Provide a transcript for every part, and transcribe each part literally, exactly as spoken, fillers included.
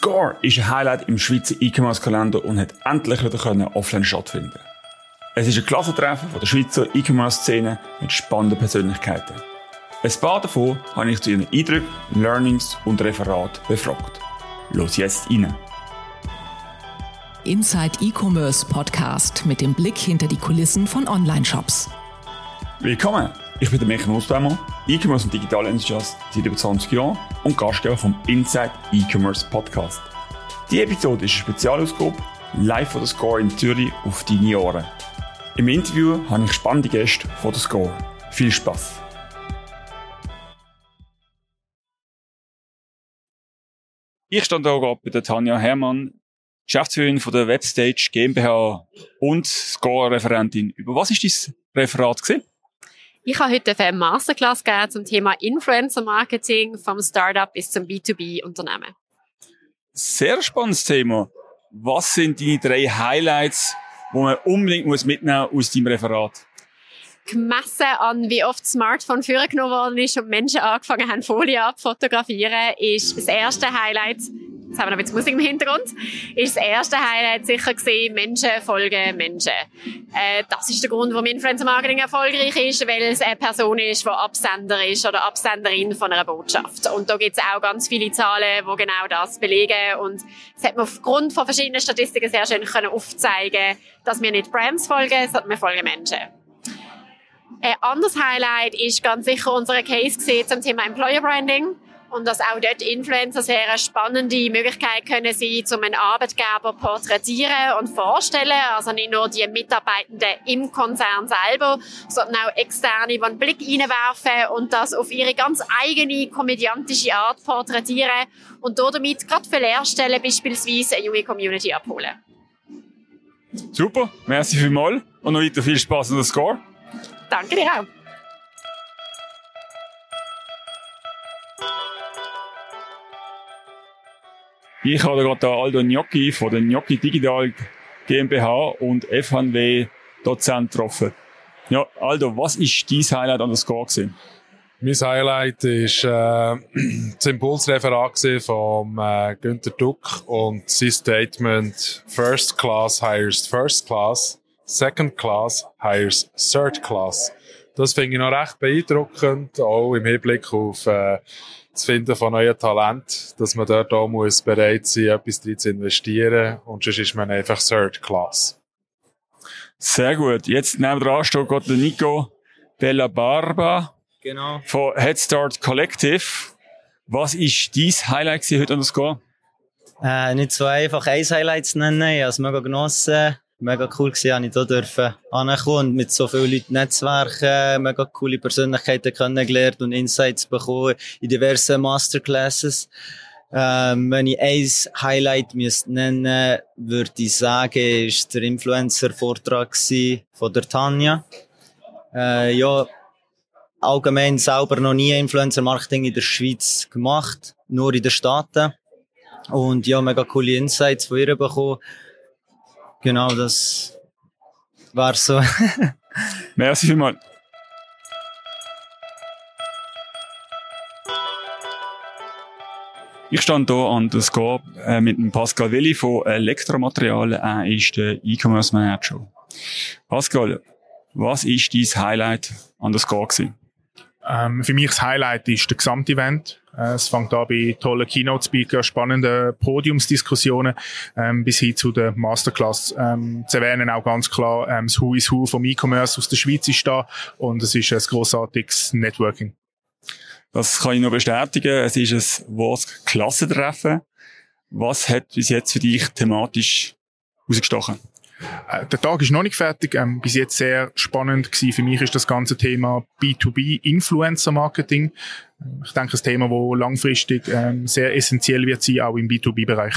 Score ist ein Highlight im Schweizer E-Commerce-Kalender und hat endlich wieder offline stattfinden. Es ist ein Klassentreffen von der Schweizer E-Commerce-Szene mit spannenden Persönlichkeiten. Ein paar davon habe ich zu ihren Eindrücken, Learnings und Referaten befragt. Los jetzt rein! Inside E-Commerce Podcast mit dem Blick hinter die Kulissen von Online-Shops. Willkommen! Ich bin der Michael Nussbaumer, E-Commerce und digitaler Enthusiast seit über zwanzig Jahren und Gastgeber vom Inside E-Commerce Podcast. Diese Episode ist eine Spezialausgabe, live von der Score in Zürich auf deine Ohren. Im Interview habe ich spannende Gäste von der Score. Viel Spass! Ich stand hier gerade bei der Tanja Hermann, Geschäftsführerin von der Webstage GmbH und Score-Referentin. Über was war dein Referat gewesen? Ich habe heute eine Masterclass gegeben zum Thema Influencer-Marketing vom Startup bis zum B zwei B-Unternehmen. Sehr spannendes Thema. Was sind deine drei Highlights, die man unbedingt mitnehmen muss aus deinem Referat? Gemessen an, wie oft das Smartphone vorgenommen worden ist und Menschen angefangen haben, Folien abzufotografieren, ist das erste Highlight, jetzt haben wir noch ein bisschen Musik im Hintergrund, ist das erste Highlight sicher gesehen, Menschen folgen Menschen. Äh, das ist der Grund, warum Influencer-Marketing erfolgreich ist, weil es eine Person ist, die Absender ist oder Absenderin von einer Botschaft. Und da gibt es auch ganz viele Zahlen, die genau das belegen. Und das hat man aufgrund von verschiedenen Statistiken sehr schön können aufzeigen, dass wir nicht Brands folgen, sondern wir folgen Menschen. Ein anderes Highlight ist ganz sicher unser Case gesehen zum Thema Employer Branding und dass auch dort Influencer sehr eine spannende Möglichkeit können sein, um einen Arbeitgeber porträtieren und vorstellen. Also nicht nur die Mitarbeitenden im Konzern selber, sondern auch Externe, die einen Blick reinwerfen und das auf ihre ganz eigene komödiantische Art porträtieren und damit gerade für Lehrstellen beispielsweise eine junge Community abholen. Super, merci vielmals und noch weiter viel Spaß an der Score. Danke dir auch. Ich habe gerade Aldo Gnocchi von der Gnocchi Digital GmbH und F H N W Dozent getroffen. Ja, Aldo, was ist dein Highlight an der Score gewesen? Mein Highlight war äh, das Impulsreferat von äh, Günther Duck und sein Statement First Class hires First Class, Second Class hires Third Class. Das finde ich noch recht beeindruckend, auch im Hinblick auf äh, das Finden von neuen Talenten, dass man dort auch muss bereit sein muss, etwas drin zu investieren und sonst ist man einfach Third Class. Sehr gut. Jetzt neben dran steht gerade der Nico Della Barba genau. Von Head Start Collective. Was ist dein Highlight heute an der Score? Äh, nicht so einfach ein Highlight zu nennen. Ich habe es mega genossen. Mega cool gewesen, dass ich hier dürfen ankommen und mit so vielen Leuten Netzwerken, mega coole Persönlichkeiten kennengelernt und Insights bekommen in diversen Masterclasses. Ähm, wenn ich ein Highlight müsste nennen, würde ich sagen, ist der Influencer-Vortrag von der Tanja. Äh, ja, allgemein selber noch nie Influencer-Marketing in der Schweiz gemacht, nur in den Staaten. Und ja, mega coole Insights von ihr bekommen. Genau, das war so. Merci vielmals. Ich stand hier an der Score äh, mit dem Pascal Willi von Elektromaterial. Er ist der E-Commerce Manager. Pascal, was ist dein Highlight an der Score gewesen? Ähm, für mich das Highlight ist das Gesamtevent. Äh, es fängt an bei tollen Keynote-Speakern, spannenden Podiumsdiskussionen ähm, bis hin zu der Masterclass. Ähm, zu erwähnen auch ganz klar, ähm, das Who is Who vom E-Commerce aus der Schweiz ist da und es ist ein grossartiges Networking. Das kann ich nur bestätigen. Es ist ein wahres Klassentreffen. Was hat bis jetzt für dich thematisch herausgestochen? Der Tag ist noch nicht fertig, ähm, bis jetzt sehr spannend gewesen. Für mich ist das ganze Thema B zwei B Influencer Marketing. Ich denke, ein Thema, das langfristig ähm, sehr essentiell wird sein, auch im B zwei B Bereich.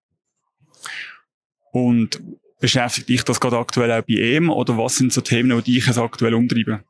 Und beschäftigt dich das gerade aktuell auch bei ihm oder was sind so Themen, die dich jetzt aktuell umtreiben?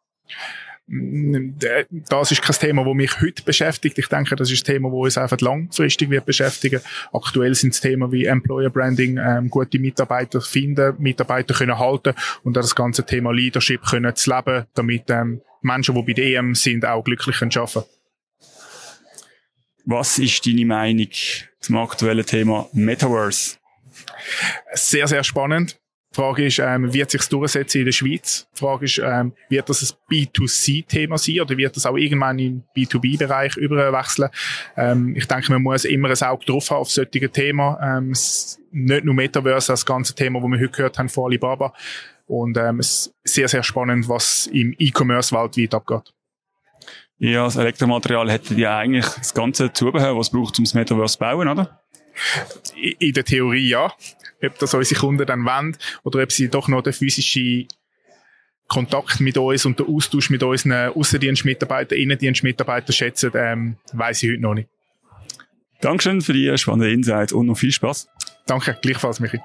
Das ist kein Thema, das mich heute beschäftigt. Ich denke, das ist ein Thema, das uns einfach langfristig wird beschäftigen. Aktuell sind es Themen wie Employer Branding, ähm, gute Mitarbeiter finden, Mitarbeiter können halten und das ganze Thema Leadership können zu leben, damit ähm, Menschen, die bei der E M sind, auch glücklich arbeiten können. Was ist deine Meinung zum aktuellen Thema Metaverse? Sehr, sehr spannend. Die Frage ist, ähm, wird sich durchsetzen in der Schweiz? Die Frage ist, ähm, wird das ein B zwei C-Thema sein oder wird das auch irgendwann in den B zwei B-Bereich überwechseln? Ähm, ich denke, man muss immer ein Auge drauf haben auf solche Themen. Ähm, nicht nur Metaverse, das ganze Thema, das wir heute gehört haben von Alibaba. Und ähm, es ist sehr, sehr spannend, was im E-Commerce weltweit abgeht. Ja, das Elektromaterial hätte ja eigentlich das ganze Zubehör, was es braucht, um das Metaverse zu bauen, oder? In der Theorie ja. Ob das unsere Kunden dann wollen oder ob sie doch noch den physischen Kontakt mit uns und den Austausch mit unseren Aussendienstmitarbeitern, Innendienstmitarbeitern schätzen, ähm, weiss ich heute noch nicht. Dankeschön für die spannenden Insights und noch viel Spaß. Danke, gleichfalls, Michi.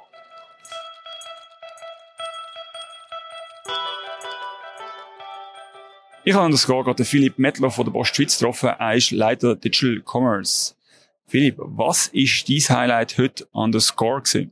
Ich habe das gerade den Philipp Mettler von der Post Schweiz getroffen. Er ist Leiter Digital Commerce. Philipp, was ist dein Highlight heute an der Score gewesen?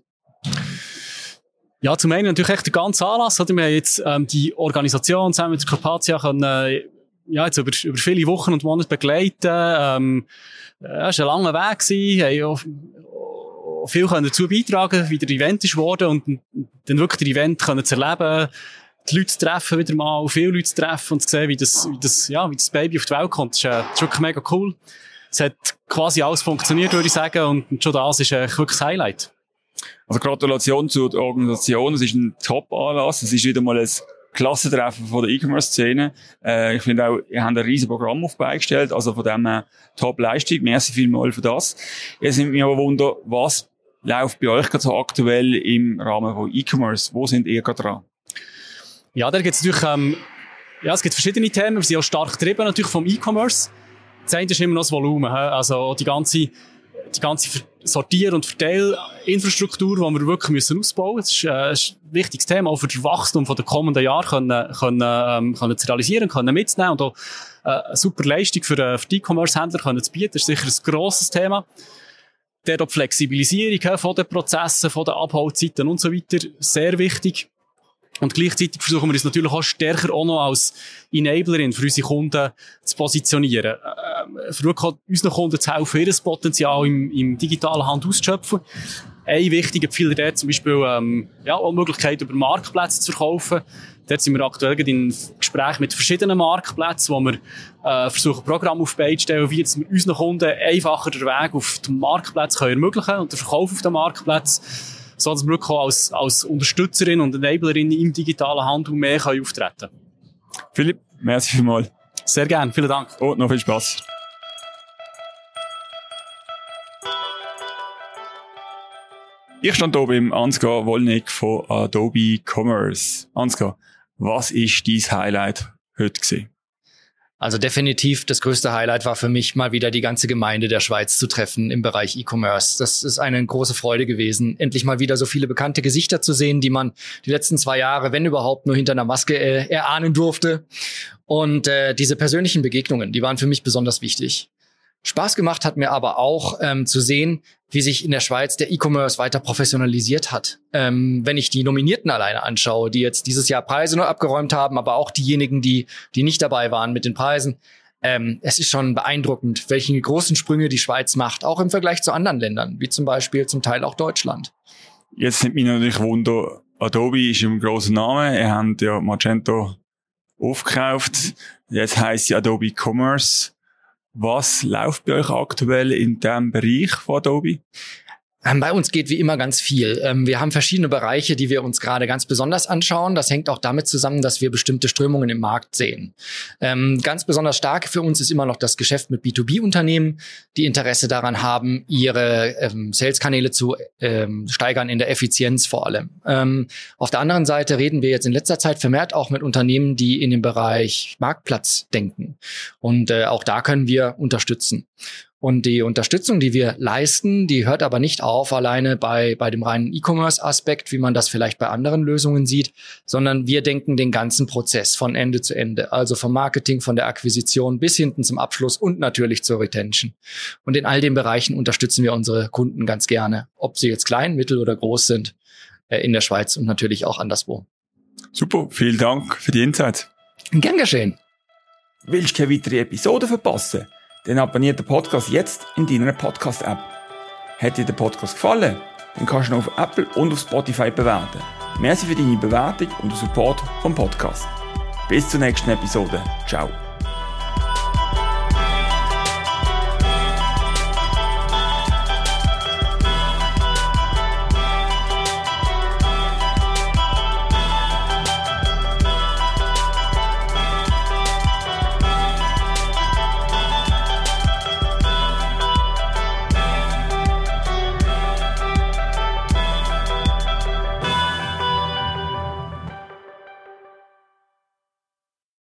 Ja, zum einen natürlich echt der ganze Anlass. Oder? Wir haben jetzt ähm, die Organisation zusammen mit der Carpathia können, äh, ja, jetzt über, über viele Wochen und Monate begleiten. Ähm, ja, es war ein langer Weg gewesen. Wir haben viel können dazu beitragen, wie der Event ist geworden und dann wirklich das Event können zu erleben, die Leute zu treffen wieder mal, viele Leute zu treffen und zu sehen, wie das, wie das, ja, wie das Baby auf die Welt kommt. Das ist, äh, das ist wirklich mega cool. Es hat quasi alles funktioniert, würde ich sagen, und schon das ist äh, wirklich das Highlight. Also Gratulation zur Organisation. Es ist ein Top-Anlass. Es ist wieder mal ein Klassentreffen von der E-Commerce-Szene. Äh, ich finde auch, ihr habt ein riesen Programm auf beigestellt, also von dem äh, Top-Leistung. Merci vielmals für das. Jetzt nimmt mich aber Wunder, was läuft bei euch gerade so aktuell im Rahmen von E-Commerce? Wo sind ihr gerade dran? Ja, da gibt es natürlich, ähm, ja, es gibt verschiedene Themen. Wir sind auch stark getrieben natürlich vom E-Commerce. Das eine ist immer noch das Volumen. Also die ganze, die ganze Sortier- und Verteilinfrastruktur, die wir wirklich müssen ausbauen müssen. Das ist, äh, ist ein wichtiges Thema, auch für das Wachstum der kommenden Jahre können, können, ähm, können zu realisieren, können mitzunehmen und auch äh, eine super Leistung für, äh, für die E-Commerce-Händler können zu bieten. Das ist sicher ein grosses Thema. Der die Flexibilisierung von den Prozessen, von den Abholzeiten und so weiter, sehr wichtig. Und gleichzeitig versuchen wir uns natürlich auch stärker auch noch als Enablerin für unsere Kunden zu positionieren. Äh, für wirklich auch unseren Kunden zu helfen, ihr Potenzial im, im digitalen Handel auszuschöpfen. Ein wichtiger Pfeiler dort zum Beispiel, ähm, ja, auch die Möglichkeit, über Marktplätze zu verkaufen. Dort sind wir aktuell in Gesprächen mit verschiedenen Marktplätzen, wo wir äh, versuchen, Programme auf die Beine zu stellen, wie jetzt wir unseren Kunden einfacher den Weg auf den Marktplatz können ermöglichen und den Verkauf auf dem Marktplatz, so dass wir wirklich auch als, als Unterstützerin und Enablerin im digitalen Handel mehr können auftreten können. Philipp, merci vielmals. Sehr gerne, vielen Dank. Und noch viel Spaß. Ich stand hier beim Ansgar Wollnick von Adobe Commerce. Ansgar, was ist dein Highlight heute gewesen? Also definitiv das größte Highlight war für mich, mal wieder die ganze Gemeinde der Schweiz zu treffen im Bereich E-Commerce. Das ist eine große Freude gewesen, endlich mal wieder so viele bekannte Gesichter zu sehen, die man die letzten zwei Jahre, wenn überhaupt, nur hinter einer Maske äh, erahnen durfte. Und äh, diese persönlichen Begegnungen, die waren für mich besonders wichtig. Spaß gemacht hat mir aber auch ähm, zu sehen, wie sich in der Schweiz der E-Commerce weiter professionalisiert hat. Ähm, wenn ich die Nominierten alleine anschaue, die jetzt dieses Jahr Preise nur abgeräumt haben, aber auch diejenigen, die die nicht dabei waren mit den Preisen, ähm, es ist schon beeindruckend, welche großen Sprünge die Schweiz macht, auch im Vergleich zu anderen Ländern, wie zum Beispiel zum Teil auch Deutschland. Jetzt nimmt mich natürlich Wunder, Adobe ist ein grosser Name, ihr habt ja Magento aufgekauft, jetzt heisst sie Adobe Commerce. Was läuft bei euch aktuell in diesem Bereich von Adobe? Ähm, bei uns geht wie immer ganz viel. Ähm, wir haben verschiedene Bereiche, die wir uns gerade ganz besonders anschauen. Das hängt auch damit zusammen, dass wir bestimmte Strömungen im Markt sehen. Ähm, ganz besonders stark für uns ist immer noch das Geschäft mit B zwei B-Unternehmen, die Interesse daran haben, ihre ähm, Sales-Kanäle zu ähm, steigern in der Effizienz vor allem. Ähm, auf der anderen Seite reden wir jetzt in letzter Zeit vermehrt auch mit Unternehmen, die in dem Bereich Marktplatz denken. Und äh, auch da können wir unterstützen. Und die Unterstützung, die wir leisten, die hört aber nicht auf alleine bei, bei dem reinen E-Commerce-Aspekt, wie man das vielleicht bei anderen Lösungen sieht, sondern wir denken den ganzen Prozess von Ende zu Ende. Also vom Marketing, von der Akquisition bis hinten zum Abschluss und natürlich zur Retention. Und in all den Bereichen unterstützen wir unsere Kunden ganz gerne, ob sie jetzt klein, mittel oder groß sind, äh, in der Schweiz und natürlich auch anderswo. Super, vielen Dank für die Insights. Gern geschehen. Willst du keine weitere Episode verpassen? Dann abonniert den Podcast jetzt in deiner Podcast-App. Hat dir der Podcast gefallen? Dann kannst du ihn auf Apple und auf Spotify bewerten. Merci für deine Bewertung und den Support vom Podcast. Bis zur nächsten Episode. Ciao.